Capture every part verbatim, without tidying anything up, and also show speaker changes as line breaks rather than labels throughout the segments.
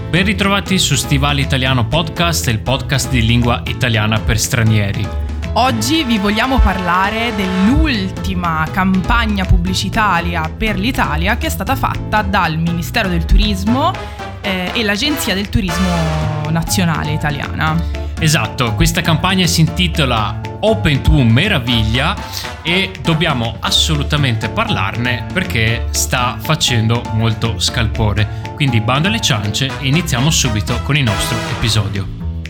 Ben ritrovati su Stivali Italiano Podcast, il podcast di lingua italiana per stranieri.
Oggi vi vogliamo parlare dell'ultima campagna pubblicitaria per l'Italia che è stata fatta dal Ministero del Turismo eh, e l'Agenzia del Turismo Nazionale Italiana.
Esatto, questa campagna si intitola Open to Meraviglia e dobbiamo assolutamente parlarne perché sta facendo molto scalpore. Quindi bando alle ciance e iniziamo subito con il nostro episodio.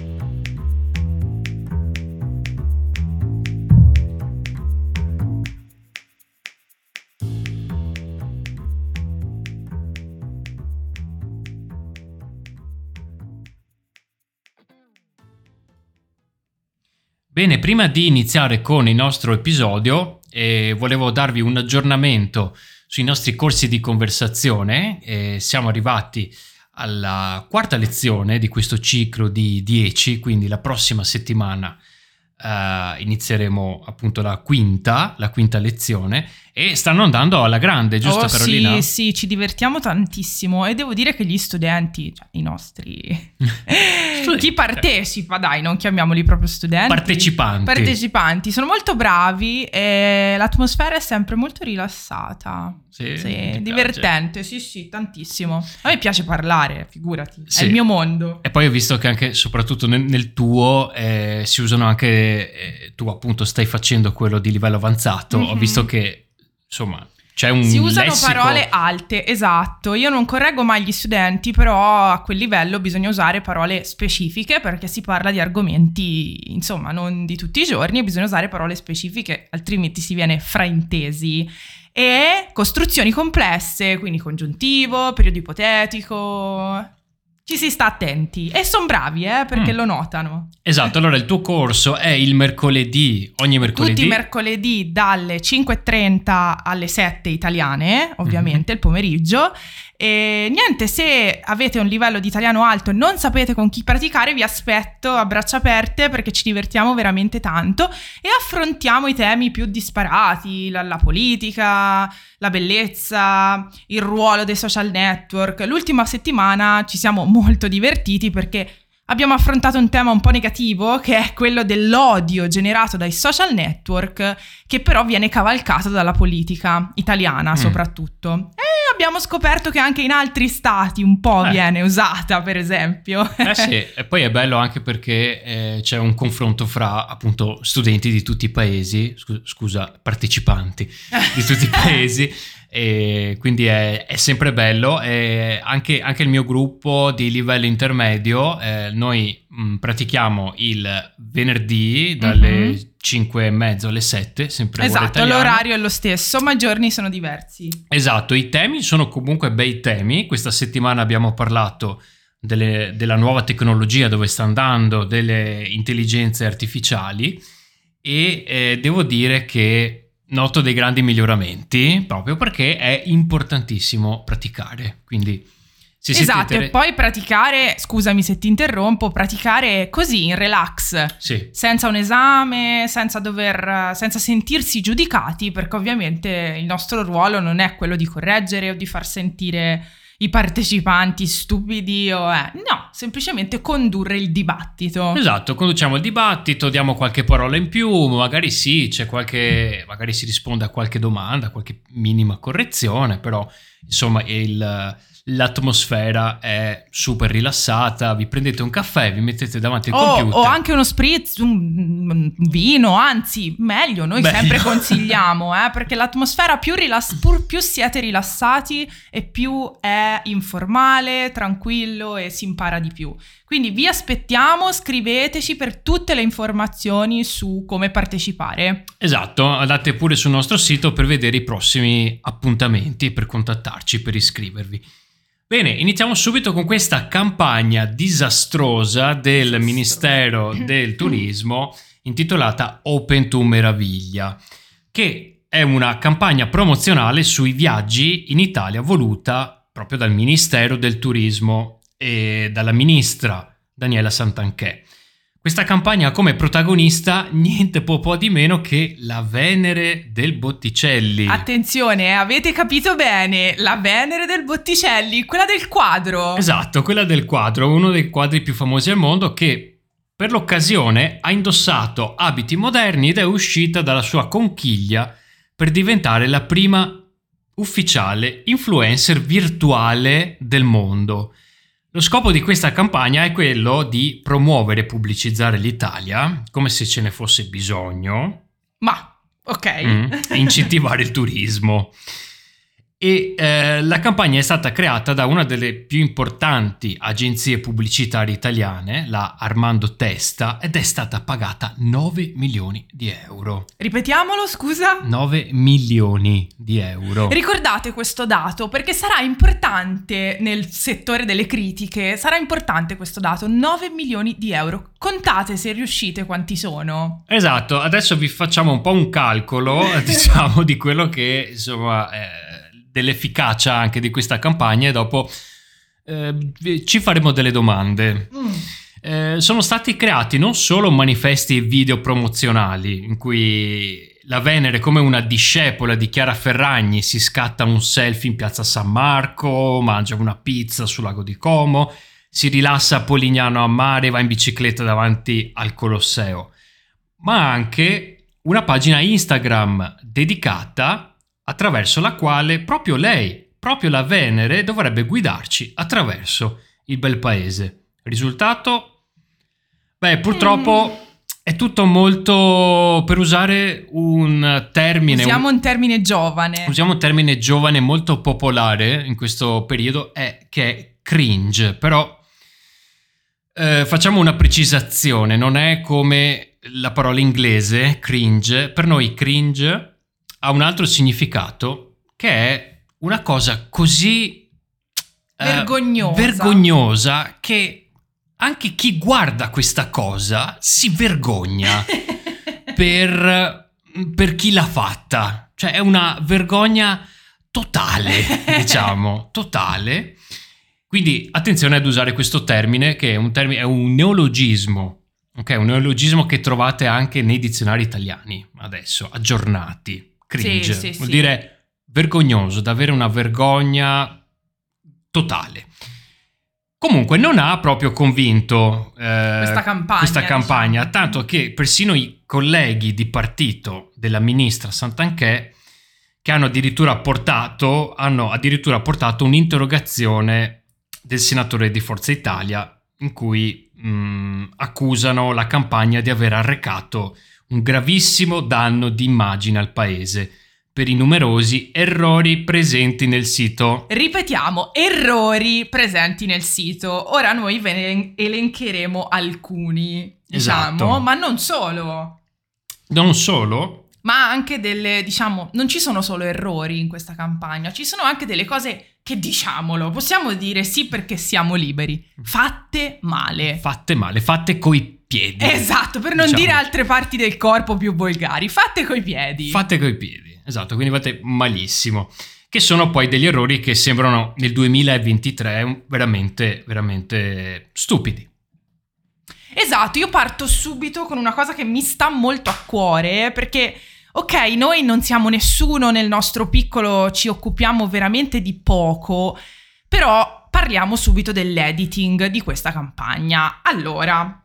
Bene, prima di iniziare con il nostro episodio, eh, volevo darvi un aggiornamento sui nostri corsi di conversazione. Eh, siamo arrivati alla quarta lezione di questo ciclo di dieci, quindi la prossima settimana eh, inizieremo appunto la quinta, la quinta lezione e stanno andando alla grande, giusto
oh,
Carolina?
Sì, sì, ci divertiamo tantissimo e devo dire che gli studenti, cioè i nostri... Chi partecipa, dai, non chiamiamoli proprio studenti.
Partecipanti.
Partecipanti, sono molto bravi e l'atmosfera è sempre molto rilassata.
Sì,
sì divertente, sì, sì, tantissimo. A me piace parlare, figurati,
sì.
È il mio mondo.
E poi ho visto che anche, soprattutto nel, nel tuo, eh, si usano anche, eh, tu appunto stai facendo quello di livello avanzato, mm-hmm. Ho visto che, insomma... C'è un
si usano
lessico...
parole alte, esatto. Io non correggo mai gli studenti, però a quel livello bisogna usare parole specifiche perché si parla di argomenti, insomma, non di tutti i giorni, e bisogna usare parole specifiche, altrimenti si viene fraintesi. E costruzioni complesse, quindi congiuntivo, periodo ipotetico... Ci si sta attenti e sono bravi eh, perché mm. lo notano.
Esatto, allora il tuo corso è il mercoledì, ogni mercoledì.
Tutti i mercoledì dalle cinque e trenta alle sette italiane, ovviamente, mm-hmm. il pomeriggio. E niente, se avete un livello di italiano alto e non sapete con chi praticare, vi aspetto a braccia aperte perché ci divertiamo veramente tanto e affrontiamo i temi più disparati, la, la politica, la bellezza, il ruolo dei social network. L'ultima settimana ci siamo molto divertiti perché abbiamo affrontato un tema un po' negativo che è quello dell'odio generato dai social network che però viene cavalcato dalla politica italiana mm. soprattutto. E abbiamo scoperto che anche in altri stati un po' eh. viene usata, per esempio.
Eh sì, e poi è bello anche perché eh, c'è un confronto fra appunto studenti di tutti i paesi, scu- scusa, partecipanti di tutti i paesi. E quindi è, è sempre bello. E anche, anche il mio gruppo di livello intermedio, eh, noi mh, pratichiamo il venerdì dalle mm-hmm. cinque e mezzo alle sette, sempre
esatto, l'orario è lo stesso ma i giorni sono diversi.
Esatto, i temi sono comunque bei temi. Questa settimana abbiamo parlato delle, della nuova tecnologia, dove sta andando, delle intelligenze artificiali e eh, devo dire che noto dei grandi miglioramenti proprio perché è importantissimo praticare, quindi se
esatto
siete...
e poi praticare, scusami se ti interrompo, praticare così in relax,
sì. senza
un esame, senza dover, senza sentirsi giudicati, perché ovviamente il nostro ruolo non è quello di correggere o di far sentire i partecipanti stupidi o eh. no, semplicemente condurre il dibattito.
Esatto, conduciamo il dibattito, diamo qualche parola in più, magari sì, c'è qualche, magari si risponde a qualche domanda, qualche minima correzione, però insomma il... l'atmosfera è super rilassata, vi prendete un caffè, vi mettete davanti al
oh,
computer
o anche uno spritz, un vino, anzi meglio, noi meglio. sempre consigliamo eh, perché l'atmosfera più, rilass- pur più siete rilassati e più è informale, tranquillo e si impara di più. Quindi vi aspettiamo, scriveteci per tutte le informazioni su come partecipare.
Esatto, andate pure sul nostro sito per vedere i prossimi appuntamenti, per contattarci, per iscrivervi. Bene, iniziamo subito con questa campagna disastrosa del Ministero del Turismo intitolata Open to Meraviglia, che è una campagna promozionale sui viaggi in Italia voluta proprio dal Ministero del Turismo e dalla ministra Daniela Santanchè. questa campagna ha come protagonista niente po' po' di meno che la Venere del Botticelli.
Attenzione, eh, avete capito bene, la Venere del Botticelli, quella del quadro.
Esatto, quella del quadro, uno dei quadri più famosi al mondo, che per l'occasione ha indossato abiti moderni ed è uscita dalla sua conchiglia per diventare la prima ufficiale influencer virtuale del mondo. Lo scopo di questa campagna è quello di promuovere e pubblicizzare l'Italia, come se ce ne fosse bisogno.
Ma, ok.
Mm, incentivare il turismo. E eh, la campagna è stata creata da una delle più importanti agenzie pubblicitarie italiane, la Armando Testa, ed è stata pagata nove milioni di euro.
Ripetiamolo, scusa?
nove milioni di euro.
Ricordate questo dato perché sarà importante nel settore delle critiche, sarà importante questo dato, nove milioni di euro. Contate se riuscite quanti sono.
Esatto, adesso vi facciamo un po' un calcolo, diciamo, di quello che, insomma... Eh, dell'efficacia anche di questa campagna e dopo eh, ci faremo delle domande. Mm. Eh, sono stati creati non solo manifesti e video promozionali in cui la Venere, come una discepola di Chiara Ferragni, si scatta un selfie in piazza San Marco, mangia una pizza sul lago di Como, si rilassa a Polignano a mare e va in bicicletta davanti al Colosseo, ma anche una pagina Instagram dedicata attraverso la quale proprio lei, proprio la Venere, dovrebbe guidarci attraverso il bel paese. Risultato? Beh, purtroppo mm. è tutto molto, per usare un termine...
Usiamo un termine giovane.
Usiamo un termine giovane molto popolare in questo periodo, è che è cringe, però eh, facciamo una precisazione, non è come la parola inglese, cringe. Per noi cringe ha un altro significato, che è una cosa così
vergognosa.
Eh, vergognosa che anche chi guarda questa cosa si vergogna per, per chi l'ha fatta. Cioè è una vergogna totale, diciamo, totale. Quindi attenzione ad usare questo termine, che è un termine, è un neologismo, ok? Un neologismo che trovate anche nei dizionari italiani adesso, aggiornati. Cringe,
sì, sì,
vuol
sì.
dire vergognoso, da avere una vergogna totale. Comunque non ha proprio convinto eh,
questa campagna,
questa campagna
diciamo.
Tanto che persino i colleghi di partito della ministra Santanchè, che hanno addirittura portato, hanno addirittura portato un'interrogazione del senatore di Forza Italia in cui mh, accusano la campagna di aver arrecato un gravissimo danno di immagine al paese per i numerosi errori presenti nel sito.
Ripetiamo, errori presenti nel sito. Ora noi ve ne elencheremo alcuni, diciamo,
esatto.
Ma non solo.
Non solo?
Ma anche delle, diciamo, non ci sono solo errori in questa campagna, ci sono anche delle cose che, diciamolo, possiamo dire sì perché siamo liberi, fatte male.
Fatte male, fatte coi piedi.
Esatto, per non
diciamo. dire
altre parti del corpo più volgari, fatte coi piedi.
Fatte coi piedi, esatto, quindi fate malissimo. Che sono poi degli errori che sembrano nel duemilaventitré veramente, veramente stupidi.
Esatto, io parto subito con una cosa che mi sta molto a cuore, perché, ok, noi non siamo nessuno nel nostro piccolo, ci occupiamo veramente di poco, però parliamo subito dell'editing di questa campagna. Allora...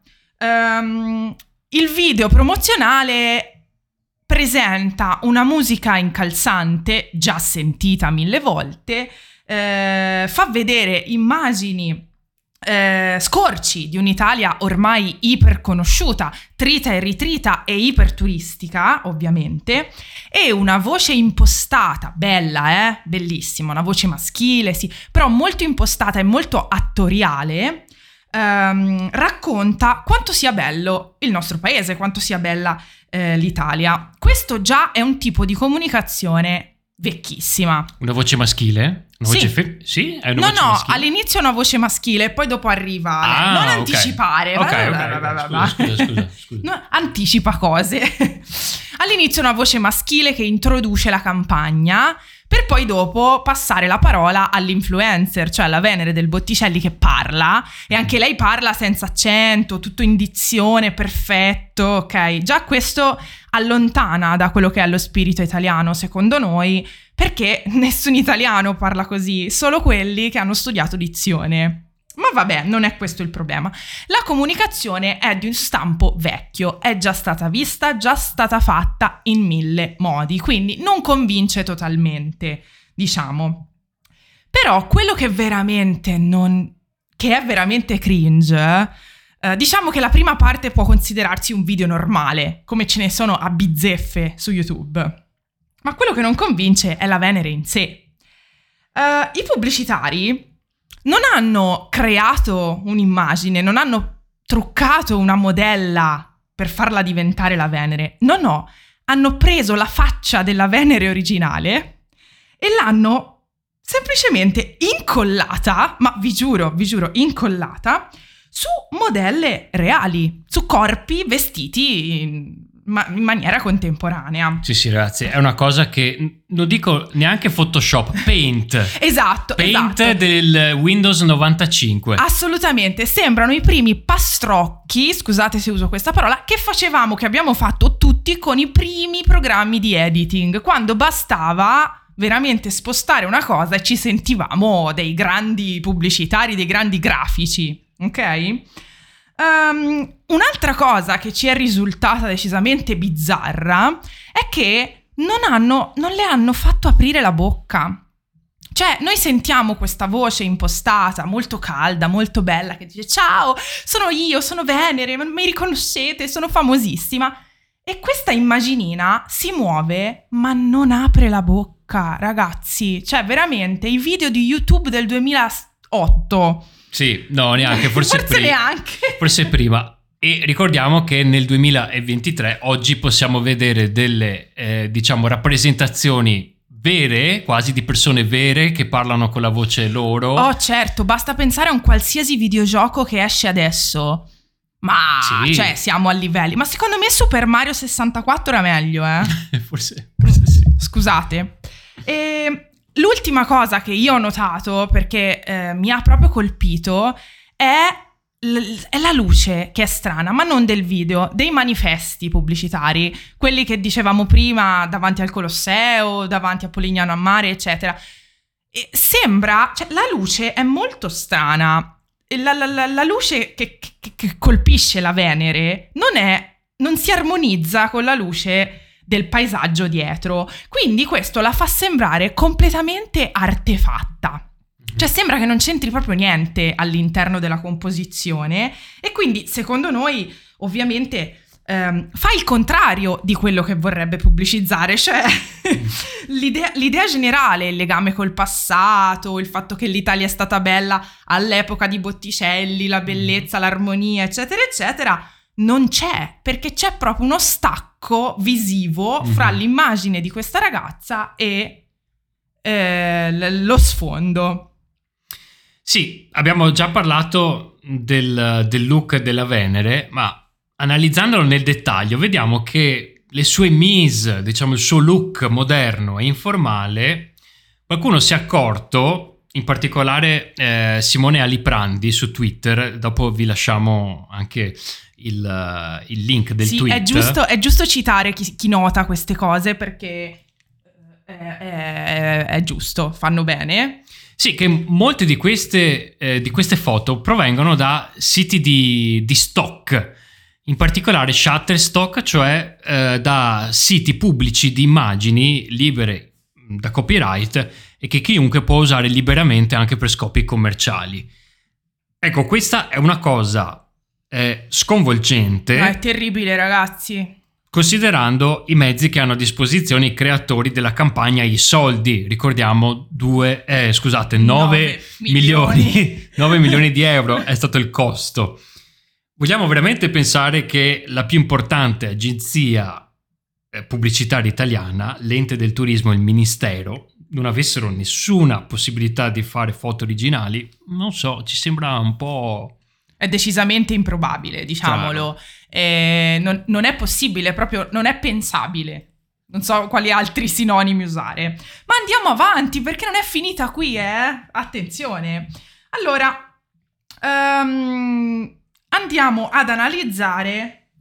Um, il video promozionale presenta una musica incalzante, già sentita mille volte, eh, fa vedere immagini, eh, scorci di un'Italia ormai iperconosciuta, trita e ritrita e iperturistica, ovviamente, e una voce impostata, bella, eh? Bellissima, una voce maschile, sì, però molto impostata e molto attoriale. Um, racconta quanto sia bello il nostro paese, quanto sia bella eh, l'Italia. Questo già è un tipo di comunicazione vecchissima.
Una voce maschile? Una
sì.
voce fe- sì? È una
no,
voce
no,
maschile?
all'inizio è una voce maschile e poi dopo arriva.
Ah,
non
okay.
anticipare.
Ok, ok, okay. Scusa, scusa, scusa, scusa.
No, anticipa cose. All'inizio è una voce maschile che introduce la campagna, per poi dopo passare la parola all'influencer, cioè alla Venere del Botticelli, che parla, e anche lei parla senza accento, tutto in dizione, perfetto, ok? Già questo allontana da quello che è lo spirito italiano, secondo noi, perché nessun italiano parla così, solo quelli che hanno studiato dizione. Ma vabbè, non è questo il problema. La comunicazione è di un stampo vecchio, è già stata vista, già stata fatta in mille modi, quindi non convince totalmente, diciamo. Però quello che veramente non... che è veramente cringe, eh, diciamo che la prima parte può considerarsi un video normale, come ce ne sono a bizzeffe su YouTube. Ma quello che non convince è la Venere in sé. Uh, I pubblicitari non hanno creato un'immagine, non hanno truccato una modella per farla diventare la Venere. No, no, hanno preso la faccia della Venere originale e l'hanno semplicemente incollata, ma vi giuro, vi giuro, incollata, su modelle reali, su corpi vestiti in, ma in maniera contemporanea.
Sì, sì, ragazzi, è una cosa che non dico neanche Photoshop, Paint.
Esatto,
Paint
esatto.
del Windows novantacinque.
Assolutamente, sembrano i primi pastrocchi, scusate se uso questa parola, che facevamo, che abbiamo fatto tutti con i primi programmi di editing, quando bastava veramente spostare una cosa e ci sentivamo dei grandi pubblicitari, dei grandi grafici, ok? Um, un'altra cosa che ci è risultata decisamente bizzarra è che non hanno, non le hanno fatto aprire la bocca. Cioè, noi sentiamo questa voce impostata, molto calda, molto bella, che dice ciao, sono io, sono Venere, mi riconoscete, sono famosissima. E questa immaginina si muove, ma non apre la bocca, ragazzi. Cioè, veramente, i video di YouTube del duemilaotto...
Sì, no, neanche, forse,
forse
prima,
neanche.
forse prima. E ricordiamo che nel duemilaventitré oggi possiamo vedere delle, eh, diciamo, rappresentazioni vere, quasi di persone vere che parlano con la voce loro.
Oh, certo, basta pensare a un qualsiasi videogioco che esce adesso. Ma, sì. Cioè, siamo a livelli. Ma secondo me Super Mario sessantaquattro era meglio, eh?
forse, forse sì.
Scusate. E... l'ultima cosa che io ho notato, perché eh, mi ha proprio colpito, è, l- è la luce, che è strana, ma non del video, dei manifesti pubblicitari, quelli che dicevamo prima davanti al Colosseo, davanti a Polignano a Mare, eccetera. E sembra, cioè la luce è molto strana. La, la, la, la luce che, che, che colpisce la Venere non è, non si armonizza con la luce del paesaggio dietro, quindi questo la fa sembrare completamente artefatta. Cioè sembra che non c'entri proprio niente all'interno della composizione e quindi secondo noi ovviamente ehm, fa il contrario di quello che vorrebbe pubblicizzare, cioè l'idea, l'idea generale, il legame col passato, il fatto che l'Italia è stata bella all'epoca di Botticelli, la bellezza, l'armonia, eccetera, eccetera, non c'è, perché c'è proprio uno stacco visivo mm-hmm. fra l'immagine di questa ragazza e eh, l- lo sfondo.
Sì, abbiamo già parlato del, del look della Venere, ma analizzandolo nel dettaglio vediamo che le sue mise, diciamo il suo look moderno e informale, qualcuno si è accorto, in particolare eh, Simone Aliprandi su Twitter, dopo vi lasciamo anche Il, il link del
sì,
tweet.
È giusto, è giusto citare chi, chi nota queste cose perché è, è, è giusto, fanno bene.
Sì, che molte di queste, eh, di queste foto provengono da siti di, di stock, in particolare Shutterstock, cioè eh, da siti pubblici di immagini libere da copyright e che chiunque può usare liberamente anche per scopi commerciali. Ecco, questa è una cosa è sconvolgente.
No, è terribile, ragazzi.
Considerando i mezzi che hanno a disposizione i creatori della campagna I Soldi. Ricordiamo due, eh, scusate, nove milioni, nove milioni di euro è stato il costo. Vogliamo veramente pensare che la più importante agenzia pubblicitaria italiana, l'Ente del Turismo e il Ministero, non avessero nessuna possibilità di fare foto originali? Non so, ci sembra un po'...
È decisamente improbabile, diciamolo. Eh, non, non è possibile, proprio non è pensabile. non so quali altri sinonimi usare. Ma andiamo avanti, perché non è finita qui, eh? Attenzione. Allora, um, andiamo ad analizzare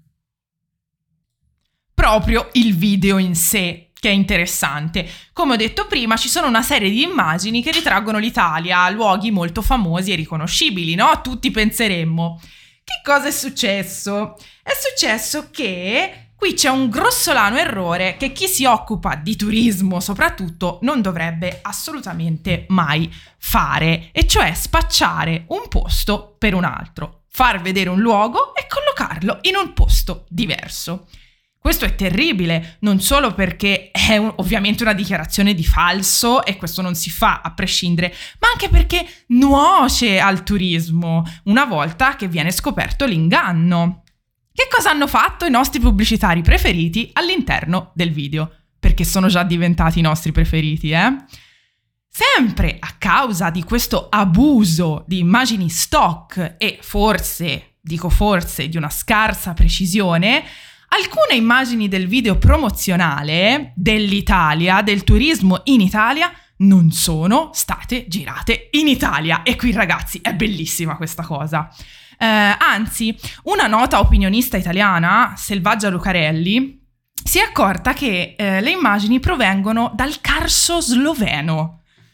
proprio il video in sé, che è interessante. Come ho detto prima, ci sono una serie di immagini che ritraggono l'Italia, luoghi molto famosi e riconoscibili, no? Tutti penseremmo. Che cosa è successo? È successo che qui c'è un grossolano errore che chi si occupa di turismo soprattutto non dovrebbe assolutamente mai fare, e cioè spacciare un posto per un altro, far vedere un luogo e collocarlo in un posto diverso. Questo è terribile, non solo perché è un, ovviamente una dichiarazione di falso, e questo non si fa a prescindere, ma anche perché nuoce al turismo una volta che viene scoperto l'inganno. Che cosa hanno fatto i nostri pubblicitari preferiti all'interno del video? Perché sono già diventati i nostri preferiti, eh? Sempre a causa di questo abuso di immagini stock e forse, dico forse, di una scarsa precisione, alcune immagini del video promozionale dell'Italia, del turismo in Italia, non sono state girate in Italia. E qui, ragazzi, è bellissima questa cosa. Eh, anzi, una nota opinionista italiana, Selvaggia Lucarelli, si è accorta che eh, le immagini provengono dal Carso sloveno.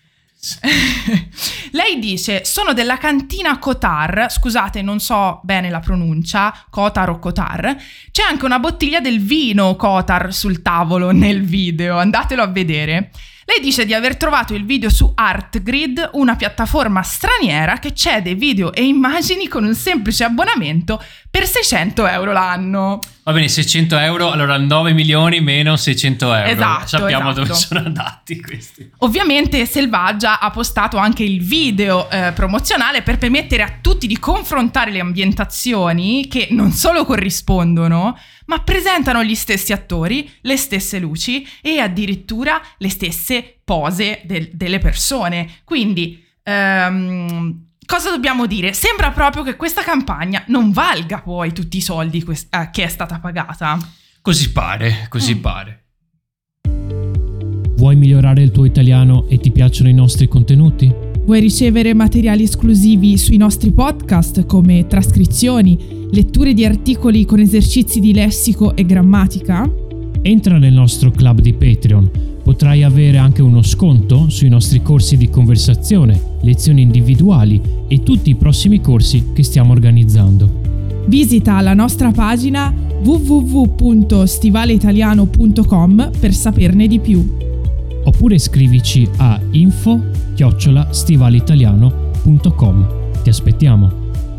Lei dice: sono della cantina Kotar, scusate non so bene la pronuncia, Kotar o Kotar, c'è anche una bottiglia del vino Kotar sul tavolo nel video, andatelo a vedere. Lei dice di aver trovato il video su Artgrid, una piattaforma straniera che cede video e immagini con un semplice abbonamento per seicento euro l'anno.
Va bene, seicento euro, allora nove milioni meno seicento euro.
Esatto,
sappiamo
esatto.
dove sono andati questi.
Ovviamente Selvaggia ha postato anche il video eh, promozionale per permettere a tutti di confrontare le ambientazioni che non solo corrispondono, ma presentano gli stessi attori, le stesse luci e addirittura le stesse pose del, delle persone. Quindi, um, cosa dobbiamo dire? Sembra proprio che questa campagna non valga poi tutti i soldi quest- eh, che è stata pagata.
Così pare, così
Mm.
pare.
Vuoi migliorare il tuo italiano e ti piacciono i nostri contenuti?
Vuoi ricevere materiali esclusivi sui nostri podcast come trascrizioni, letture di articoli con esercizi di lessico e grammatica?
Entra nel nostro club di Patreon. Potrai avere anche uno sconto sui nostri corsi di conversazione, lezioni individuali e tutti i prossimi corsi che stiamo organizzando.
Visita la nostra pagina w w w punto stivaleitaliano punto com per saperne di più.
Oppure scrivici a info chiocciola stivaleitaliano punto com. Ti aspettiamo.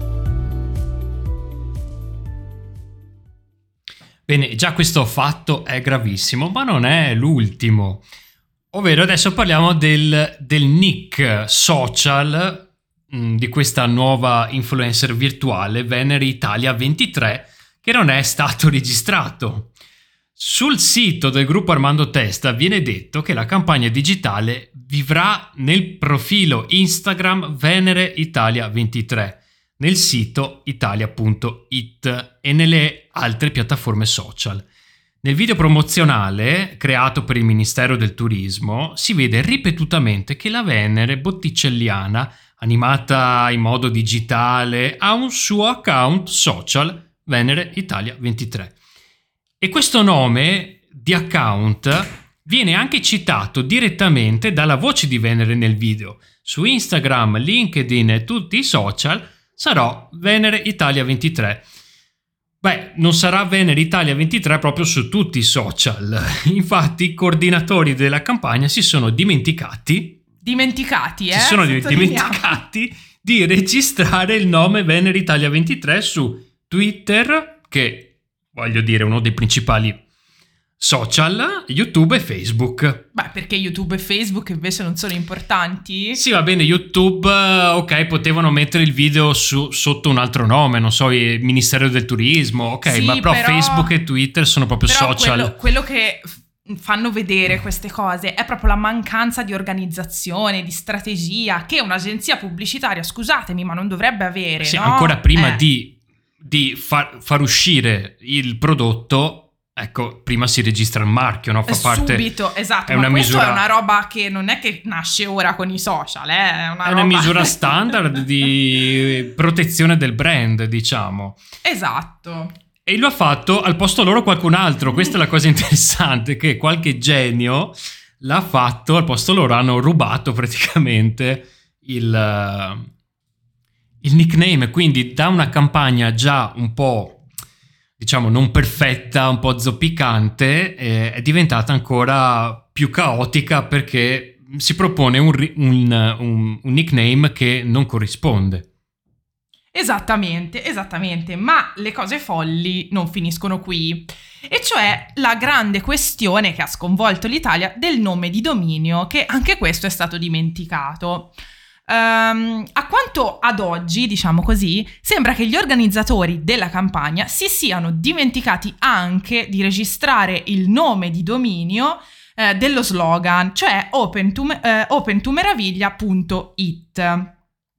Bene, già questo fatto è gravissimo, ma non è l'ultimo. Ovvero adesso parliamo del, del nick social mh, di questa nuova influencer virtuale, Venere Italia ventitré, che non è stato registrato. Sul sito del gruppo Armando Testa viene detto che la campagna digitale vivrà nel profilo Instagram Venere Italia ventitré, nel sito italia punto it e nelle altre piattaforme social. Nel video promozionale creato per il Ministero del Turismo si vede ripetutamente che la Venere botticelliana, animata in modo digitale, ha un suo account social Venere Italia ventitré. E questo nome di account viene anche citato direttamente dalla voce di Venere nel video. Su Instagram, LinkedIn e tutti i social sarò Venere Italia ventitré. Beh, non sarà Venere Italia ventitré proprio su tutti i social. Infatti i coordinatori della campagna si sono dimenticati
Dimenticati, eh?
si sono
Sottolineiamo.
dimenticati di registrare il nome Venere Italia ventitré su Twitter, che voglio dire uno dei principali social, YouTube e Facebook.
Beh, perché YouTube e Facebook invece non sono importanti?
Sì, va bene, YouTube, ok, potevano mettere il video su, sotto un altro nome, non so, il Ministero del Turismo, ok,
Sì,
ma però,
però-
Facebook e Twitter sono proprio
Però
social.
quello, quello che f- fanno vedere queste cose è proprio la mancanza di organizzazione, di strategia che un'agenzia pubblicitaria, scusatemi, ma non dovrebbe avere,
Sì,
no?
ancora prima
Eh.
di, di far, far uscire il prodotto ecco, prima si registra il marchio, no? Fa parte,
subito, esatto,
è
ma
una
questo
misura,
è una roba che non è che nasce ora con i social, eh? È una,
è una
roba...
misura standard di protezione del brand, diciamo.
Esatto.
E lo ha fatto al posto loro qualcun altro. Questa è la cosa interessante, che qualche genio l'ha fatto al posto loro, hanno rubato praticamente il, il nickname, quindi da una campagna già un po', diciamo, non perfetta, un po' zoppicante, eh, è diventata ancora più caotica perché si propone un, un, un, un nickname che non corrisponde.
Esattamente, esattamente, ma le cose folli non finiscono qui, e cioè la grande questione che ha sconvolto l'Italia del nome di dominio, che anche questo è stato dimenticato. Um, a quanto ad oggi, diciamo così, sembra che gli organizzatori della campagna si siano dimenticati anche di registrare il nome di dominio eh, dello slogan, cioè open to, eh, open to meraviglia punto it.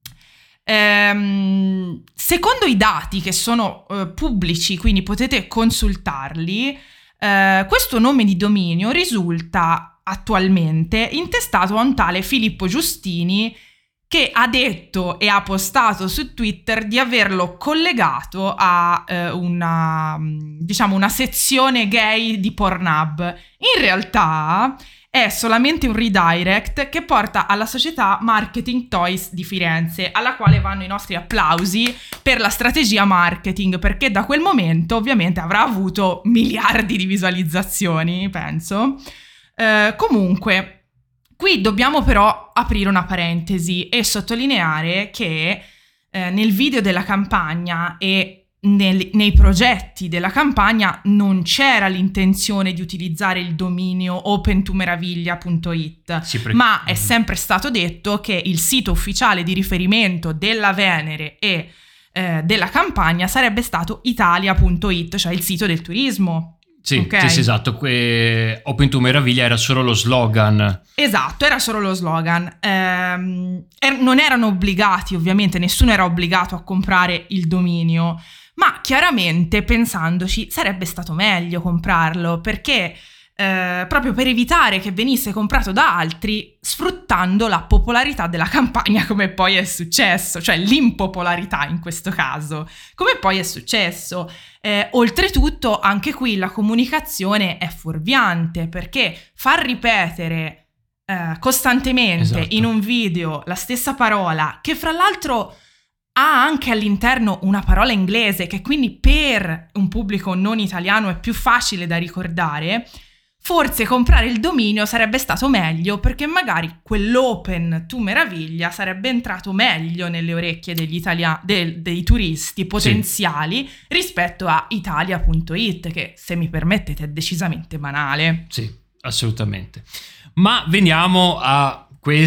Ehm, secondo i dati che sono eh, pubblici, quindi potete consultarli, eh, questo nome di dominio risulta attualmente intestato a un tale Filippo Giustini, che ha detto e ha postato su Twitter di averlo collegato a eh, una, diciamo, una sezione gay di Pornhub. In realtà è solamente un redirect che porta alla società Marketing Toys di Firenze, alla quale vanno i nostri applausi per la strategia marketing, perché da quel momento ovviamente avrà avuto miliardi di visualizzazioni, penso. Eh, comunque, qui dobbiamo però aprire una parentesi e sottolineare che eh, nel video della campagna e Nel, nei progetti della campagna non c'era l'intenzione di utilizzare il dominio open to meraviglia punto it, sì, pre- ma è sempre stato detto che il sito ufficiale di riferimento della Venere e eh, della campagna sarebbe stato italia punto it, cioè il sito del turismo.
Sì,
okay?
sì, sì, esatto. Que- Open to Meraviglia era solo lo slogan.
Esatto, era solo lo slogan. Ehm, er- non erano obbligati, ovviamente, nessuno era obbligato a comprare il dominio, ma chiaramente, pensandoci, sarebbe stato meglio comprarlo, perché eh, proprio per evitare che venisse comprato da altri, sfruttando la popolarità della campagna, come poi è successo, cioè l'impopolarità in questo caso, come poi è successo. Eh, oltretutto, anche qui la comunicazione è fuorviante, perché far ripetere eh, costantemente, esatto, in un video la stessa parola, che fra l'altro ha anche all'interno una parola inglese, che quindi per un pubblico non italiano è più facile da ricordare, forse comprare il dominio sarebbe stato meglio, perché magari quell'open to meraviglia sarebbe entrato meglio nelle orecchie degli italia- del, dei turisti potenziali, sì, rispetto a italia punto it, che, se mi permettete, è decisamente banale.
Sì, assolutamente. Ma veniamo a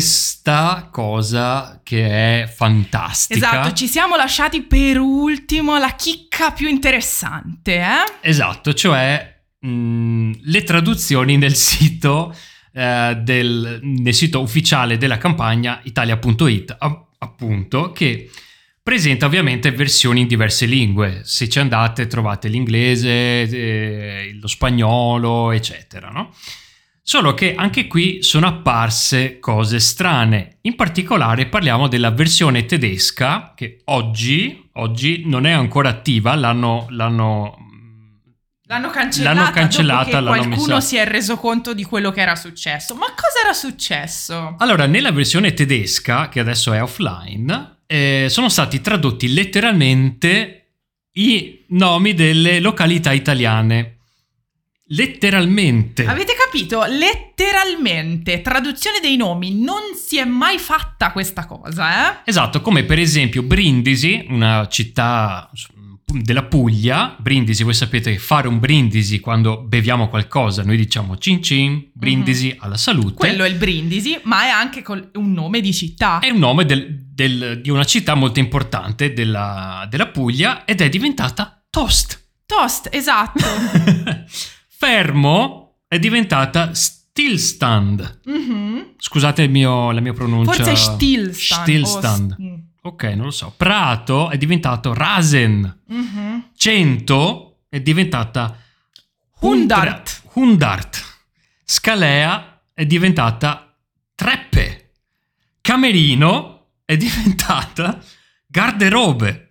questa cosa che è fantastica.
Esatto, ci siamo lasciati per ultimo la chicca più interessante, eh?
Esatto, cioè mh, le traduzioni nel sito eh, del nel sito ufficiale della campagna italia punto it, a- appunto, che presenta ovviamente versioni in diverse lingue. Se ci andate trovate l'inglese, eh, lo spagnolo, eccetera, no? Solo che anche qui sono apparse cose strane. In particolare parliamo della versione tedesca, che oggi, oggi non è ancora attiva, l'hanno, l'hanno,
l'hanno cancellata,
l'hanno cancellata
dopo che
l'hanno
qualcuno
messa...
si è reso conto di quello che era successo. Ma cosa era successo?
Allora, nella versione tedesca, che adesso è offline, eh, sono stati tradotti letteralmente i nomi delle località italiane. Letteralmente.
Avete capito? Letteralmente. Traduzione dei nomi. Non si è mai fatta questa cosa, eh?
Esatto, come per esempio Brindisi, una città della Puglia. Brindisi, voi sapete che fare un brindisi quando beviamo qualcosa, noi diciamo cin cin, brindisi, mm-hmm, alla salute.
Quello è il Brindisi, ma è anche col- un nome di città.
È un nome del, del, di una città molto importante della, della Puglia, ed è diventata Tost.
Tost, esatto.
Fermo è diventata Stillstand.
Mm-hmm.
Scusate il mio, la mia pronuncia.
Forse è Stillstand.
Stillstand.
Oh,
ok, non lo so. Prato è diventato Rasen.
Mm-hmm.
Cento è diventata
Hundart.
Hundart. Scalea è diventata Treppe. Camerino è diventata garderobe.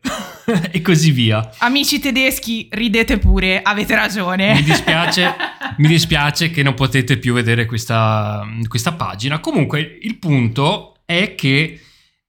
E così via.
Amici tedeschi, ridete pure, avete ragione.
Mi dispiace, mi dispiace che non potete più vedere questa, questa pagina. Comunque il punto è che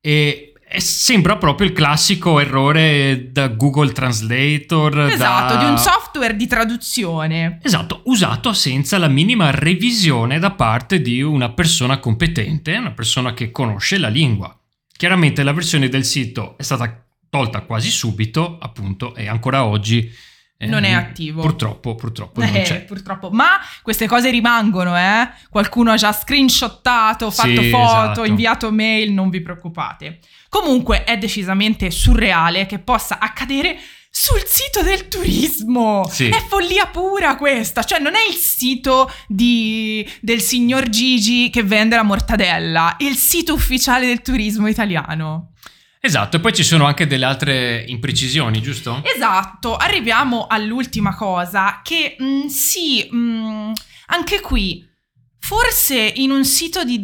è, è, sembra proprio il classico errore da Google Translator.
Esatto,
da...
di un software di traduzione.
Esatto, usato senza la minima revisione da parte di una persona competente, una persona che conosce la lingua. Chiaramente la versione del sito è stata tolta quasi subito, appunto, e ancora oggi eh,
non è attivo.
Purtroppo, purtroppo
eh,
non c'è.
Purtroppo, ma queste cose rimangono, eh? Qualcuno ha già screenshottato, fatto
sì,
foto,
esatto.
inviato mail, non vi preoccupate. Comunque è decisamente surreale che possa accadere sul sito del turismo.
Sì.
È follia pura questa, cioè non è il sito di, del signor Gigi che vende la mortadella, è il sito ufficiale del turismo italiano.
Esatto, e poi ci sono anche delle altre imprecisioni, giusto?
Esatto, arriviamo all'ultima cosa che mh, sì, mh, anche qui forse in un sito di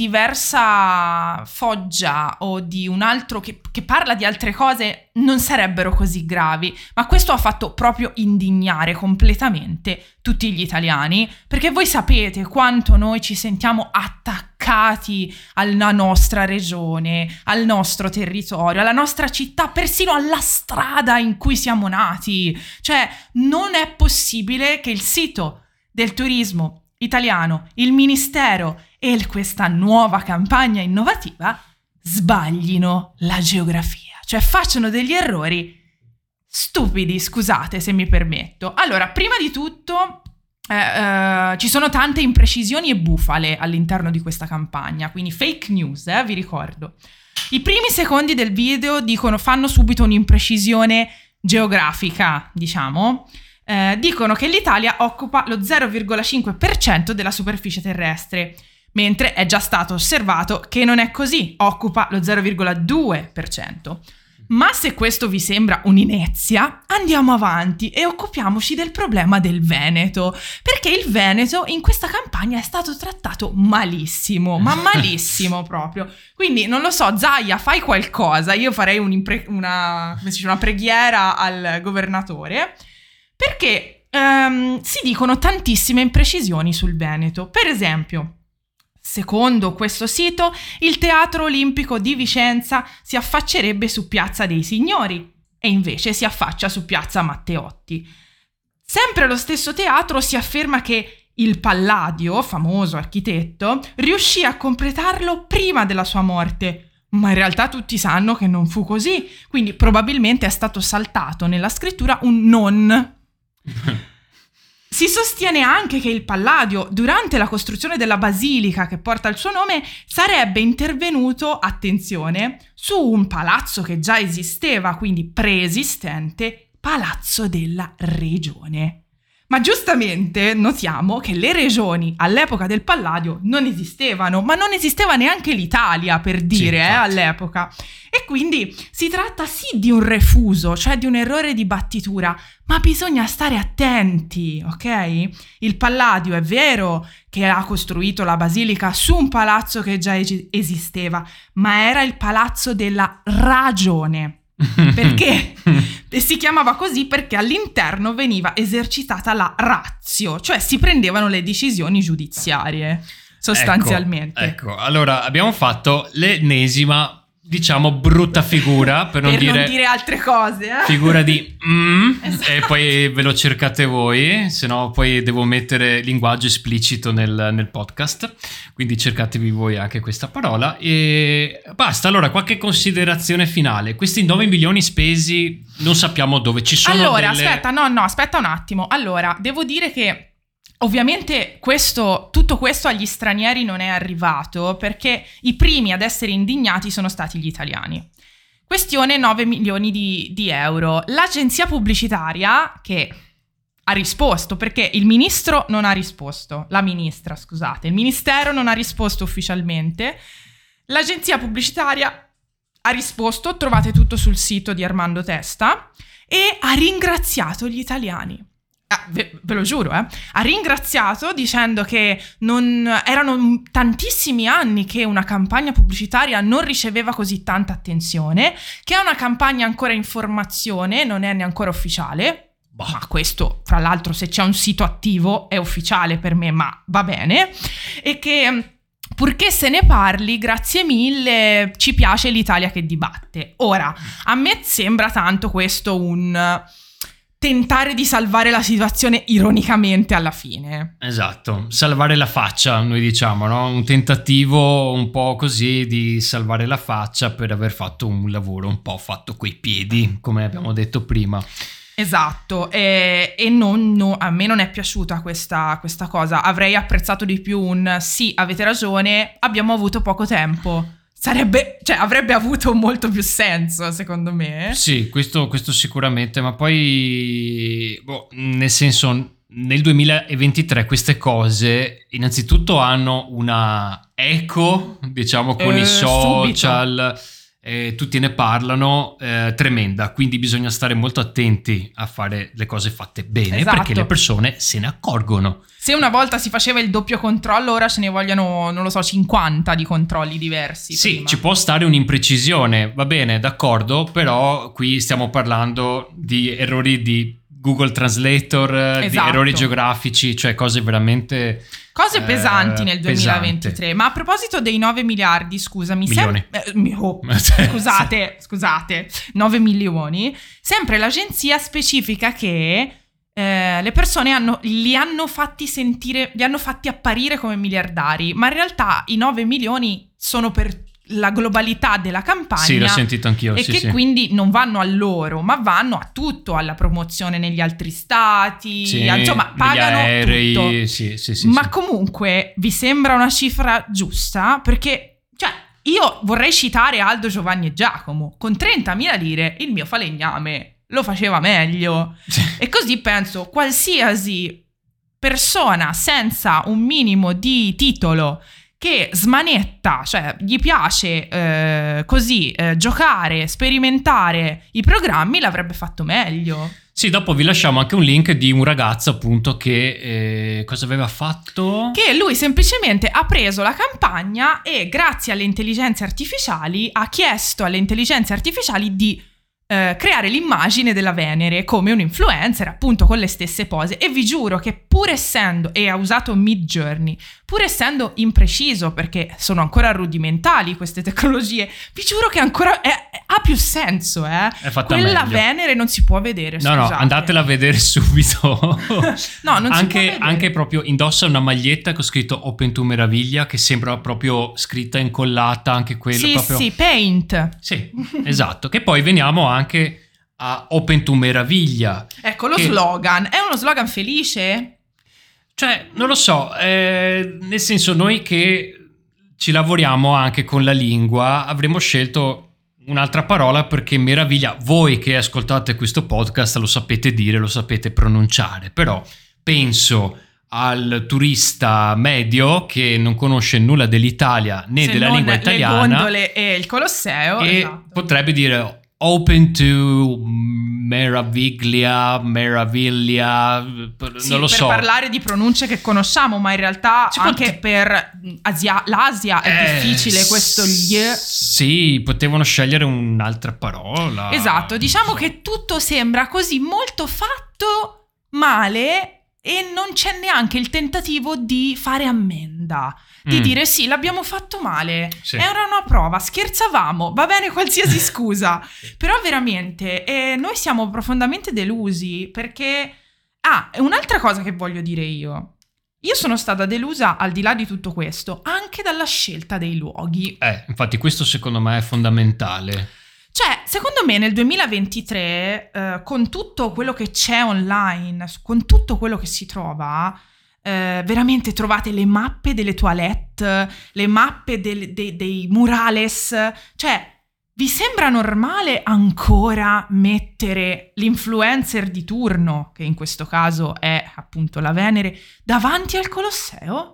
diversa foggia o di un altro che, che parla di altre cose non sarebbero così gravi, ma questo ha fatto proprio indignare completamente tutti gli italiani, perché voi sapete quanto noi ci sentiamo attaccati alla nostra regione, al nostro territorio, alla nostra città, persino alla strada in cui siamo nati. Cioè, non è possibile che il sito del turismo italiano, il ministero e questa nuova campagna innovativa sbaglino la geografia, cioè facciano degli errori stupidi, scusate se mi permetto. Allora, prima di tutto eh, eh, ci sono tante imprecisioni e bufale all'interno di questa campagna, quindi fake news, eh, vi ricordo. I primi secondi del video dicono, fanno subito un'imprecisione geografica, diciamo. Eh, dicono che l'Italia occupa lo zero virgola cinque per cento della superficie terrestre, mentre è già stato osservato che non è così, occupa lo zero virgola due per cento. Ma se questo vi sembra un'inezia, andiamo avanti e occupiamoci del problema del Veneto, perché il Veneto in questa campagna è stato trattato malissimo, ma malissimo proprio. Quindi non lo so, Zaia, fai qualcosa, io farei un'impre- una, come si dice, una preghiera al governatore, perché um, si dicono tantissime imprecisioni sul Veneto. Per esempio, secondo questo sito, il Teatro Olimpico di Vicenza si affaccerebbe su Piazza dei Signori e invece si affaccia su Piazza Matteotti. Sempre lo stesso teatro si afferma che il Palladio, famoso architetto, riuscì a completarlo prima della sua morte, ma in realtà tutti sanno che non fu così, quindi probabilmente è stato saltato nella scrittura un non. Si sostiene anche che il Palladio, durante la costruzione della basilica che porta il suo nome, sarebbe intervenuto, attenzione, su un palazzo che già esisteva, quindi preesistente, Palazzo della Regione. Ma giustamente notiamo che le regioni all'epoca del Palladio non esistevano, ma non esisteva neanche l'Italia, per dire, sì, eh, all'epoca. E quindi si tratta sì di un refuso, cioè di un errore di battitura, ma bisogna stare attenti, ok? Il Palladio è vero che ha costruito la basilica su un palazzo che già es- esisteva, ma era il Palazzo della Ragione. Perché? E si chiamava così perché all'interno veniva esercitata la ratio, cioè si prendevano le decisioni giudiziarie, sostanzialmente.
Ecco, ecco. Allora abbiamo fatto l'ennesima, diciamo, brutta figura, per non,
per
dire,
non dire altre cose, eh?
Figura di mm,
esatto.
E poi ve lo cercate voi, se no poi devo mettere linguaggio esplicito nel, nel podcast, quindi cercatevi voi anche questa parola e basta. Allora, qualche considerazione finale. Questi nove milioni spesi non sappiamo dove ci sono.
Allora,
delle...
aspetta, no, no, aspetta un attimo. Allora, devo dire che ovviamente questo, tutto questo agli stranieri non è arrivato, perché i primi ad essere indignati sono stati gli italiani. Questione nove milioni di, di euro. L'agenzia pubblicitaria che ha risposto, perché il ministro non ha risposto, la ministra, scusate, il ministero non ha risposto ufficialmente, l'agenzia pubblicitaria ha risposto, trovate tutto sul sito di Armando Testa, e ha ringraziato gli italiani. Ah, ve, ve lo giuro, eh. Ha ringraziato dicendo che non erano tantissimi anni che una campagna pubblicitaria non riceveva così tanta attenzione, che è una campagna ancora in formazione, non è neanche ufficiale. Bah. Ma questo, fra l'altro, se c'è un sito attivo è ufficiale per me, ma va bene. E che purché se ne parli, grazie mille, ci piace l'Italia che dibatte. Ora, a me sembra tanto questo un tentare di salvare la situazione ironicamente alla fine.
Esatto, salvare la faccia, noi diciamo, no? Un tentativo un po' così di salvare la faccia per aver fatto un lavoro un po' fatto coi piedi, come abbiamo detto prima.
Esatto, e, e non, no, a me non è piaciuta questa, questa cosa. Avrei apprezzato di più un sì, avete ragione, abbiamo avuto poco tempo. Sarebbe, cioè avrebbe avuto molto più senso, secondo me.
Sì, questo, questo sicuramente, ma poi, boh, nel senso, nel duemilaventitré queste cose innanzitutto hanno una eco, diciamo, con
eh,
i social.
Subito.
Eh, tutti ne parlano, eh, tremenda, quindi bisogna stare molto attenti a fare le cose fatte bene,
esatto.
Perché le persone se ne accorgono.
Se una volta si faceva il doppio controllo, ora ce ne vogliono, non lo so, cinquanta di controlli diversi.
Sì,
prima.
ci può stare un'imprecisione, va bene, d'accordo, però qui stiamo parlando di errori di Google Translator,
esatto.
Di errori geografici, cioè cose veramente...
Cose pesanti
eh,
nel duemilaventitré.
pesante.
Ma a proposito dei nove miliardi, scusami...
Milioni.
Sem- eh, oh, scusate, scusate, nove milioni. Sempre l'agenzia specifica che eh, le persone hanno, li hanno fatti sentire, li hanno fatti apparire come miliardari, ma in realtà i nove milioni sono per la globalità della campagna.
Sì, l'ho sentito anch'io.
E
sì,
che
sì.
quindi non vanno a loro, ma vanno a tutto, alla promozione negli altri stati,
sì,
insomma pagano
aerei,
tutto.
Sì, sì, sì,
ma
sì.
comunque vi sembra una cifra giusta? Perché, cioè, io vorrei citare Aldo, Giovanni e Giacomo. Con trentamila lire il mio falegname lo faceva meglio.
Sì.
E così penso, qualsiasi persona senza un minimo di titolo che smanetta, cioè gli piace eh, così eh, giocare, sperimentare i programmi, l'avrebbe fatto meglio.
Sì, dopo vi lasciamo anche un link di un ragazzo appunto che eh, cosa aveva fatto?
Che lui semplicemente ha preso la campagna e grazie alle intelligenze artificiali ha chiesto alle intelligenze artificiali di eh, creare l'immagine della Venere come un influencer, appunto con le stesse pose. E vi giuro che pur essendo, e ha usato Midjourney, pur essendo impreciso perché sono ancora rudimentali queste tecnologie, vi giuro che ancora è, è, ha più senso, eh.
È fatta
Quella
meglio.
Venere non si può vedere,
No,
scusate.
no, andatela a vedere subito.
No, non
anche,
si può vedere.
anche proprio indossa una maglietta con scritto Open to Meraviglia, che sembra proprio scritta incollata, anche quello.
Sì,
proprio...
sì, Paint.
Sì, esatto. Che poi veniamo anche a Open to Meraviglia.
Ecco lo
che...
slogan. È uno slogan felice?
Cioè, non lo so, eh, nel senso, noi che ci lavoriamo anche con la lingua avremmo scelto un'altra parola perché meraviglia, voi che ascoltate questo podcast lo sapete dire, lo sapete pronunciare, però penso al turista medio che non conosce nulla dell'Italia né
Se
della
non
lingua italiana
le gondole e il Colosseo,
e
esatto.
potrebbe dire open to meraviglia, meraviglia,
Sì,
non lo
per
so.
parlare di pronunce che conosciamo, ma in realtà
Ci
anche
pot-
per Asia- l'Asia è
Eh,
difficile questo gli.
Sì, potevano scegliere un'altra parola.
Esatto, diciamo
Non so.
che tutto sembra così molto fatto male e non c'è neanche il tentativo di fare ammenda, di
Mm.
dire sì, l'abbiamo fatto male,
Sì.
era una prova, scherzavamo, va bene qualsiasi scusa, però veramente eh, noi siamo profondamente delusi perché... Ah, e un'altra cosa che voglio dire io, io sono stata delusa al di là di tutto questo, anche dalla scelta dei luoghi.
Eh, infatti questo secondo me è fondamentale.
Cioè, secondo me nel duemilaventitré, eh, con tutto quello che c'è online, con tutto quello che si trova, eh, veramente trovate le mappe delle toilette, le mappe del- de- dei murales, cioè, vi sembra normale ancora mettere l'influencer di turno, che in questo caso è appunto la Venere, davanti al Colosseo?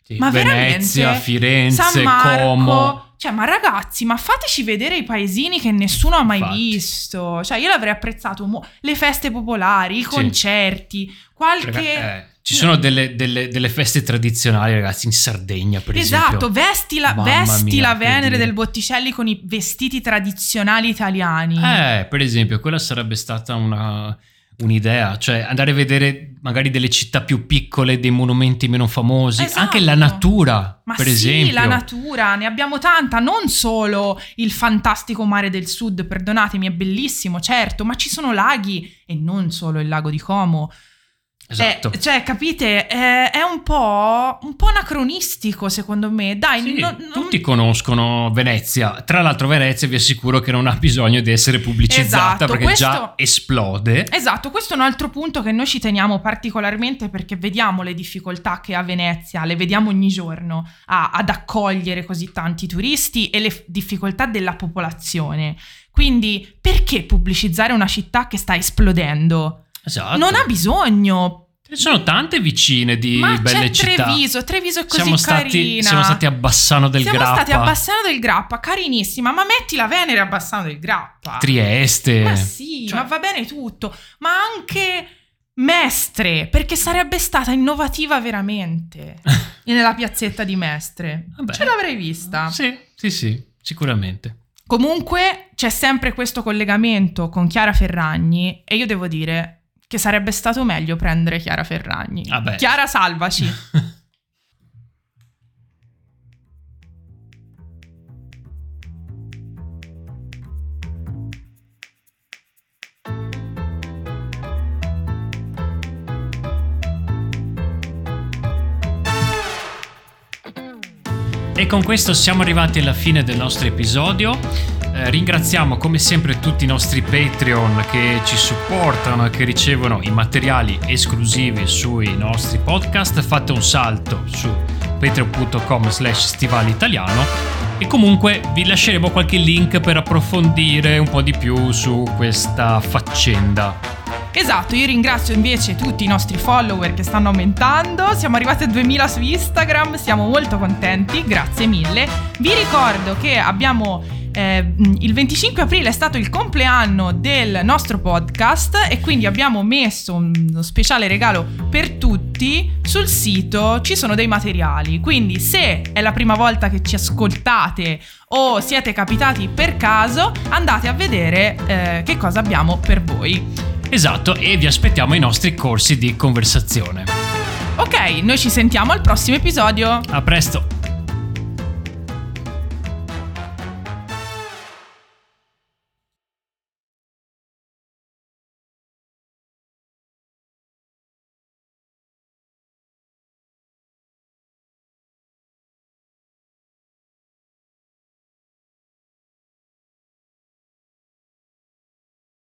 Sì,
Ma
Venezia,
veramente?
Firenze,
San Marco.
Como.
Cioè, ma ragazzi, ma fateci vedere i paesini che nessuno ha mai
Infatti.
visto. Cioè, io l'avrei apprezzato. mo- le feste popolari, i
Sì.
concerti, qualche...
Raga- eh, ci sono delle, delle- delle feste tradizionali, ragazzi, in Sardegna, per esempio.
Esatto, vesti la,
Mamma
vesti
mia,
la
per
Venere
dire.
del Botticelli con i vestiti tradizionali italiani.
Eh, per esempio, quella sarebbe stata una, un'idea, cioè andare a vedere magari delle città più piccole, dei monumenti meno famosi,
Esatto.
anche la natura,
Ma
per
sì,
esempio.
la natura, ne abbiamo tanta, non solo il fantastico mare del sud, perdonatemi, è bellissimo, certo, ma ci sono laghi e non solo il lago di Como.
Esatto.
Eh, cioè, capite, è, è un po', un po' anacronistico secondo me. Dai,
Sì,
non- non-
tutti conoscono Venezia. Tra l'altro Venezia vi assicuro che non ha bisogno di essere pubblicizzata,
Esatto,
perché
questo-
già esplode.
Esatto, questo è un altro punto che noi ci teniamo particolarmente perché vediamo le difficoltà che ha Venezia, le vediamo ogni giorno a- ad accogliere così tanti turisti e le f- difficoltà della popolazione. Quindi perché pubblicizzare una città che sta esplodendo?
Esatto.
Non ha bisogno.
Ce ne sono tante vicine di
Ma
belle
c'è
città.
Treviso, Treviso è così
siamo stati,
carina.
siamo stati a Bassano del
Siamo
Grappa,
stati a Bassano del Grappa, carinissima, ma metti la Venere a Bassano del Grappa.
Trieste.
Ma sì,
Cioè-
ma va bene tutto, ma anche Mestre, perché sarebbe stata innovativa veramente nella piazzetta di Mestre.
Vabbè.
Ce l'avrei vista.
Sì, sì, sì, sicuramente.
Comunque c'è sempre questo collegamento con Chiara Ferragni e io devo dire che sarebbe stato meglio prendere Chiara Ferragni.
Vabbè.
Chiara, salvaci.
E con questo siamo arrivati alla fine del nostro episodio. Eh, ringraziamo come sempre tutti i nostri Patreon che ci supportano e che ricevono i materiali esclusivi sui nostri podcast. Fate un salto su patreon.com slash stivali italiano e comunque vi lasceremo qualche link per approfondire un po' di più su questa faccenda.
Esatto, io ringrazio invece tutti i nostri follower che stanno aumentando, siamo arrivati a duemila su Instagram, siamo molto contenti, grazie mille. Vi ricordo che abbiamo eh, il venticinque aprile è stato il compleanno del nostro podcast e quindi abbiamo messo uno speciale regalo per tutti sul sito, ci sono dei materiali, quindi se è la prima volta che ci ascoltate o siete capitati per caso andate a vedere eh, che cosa abbiamo per voi.
Esatto, e vi aspettiamo ai nostri corsi di conversazione.
Ok, noi ci sentiamo al prossimo episodio.
A presto!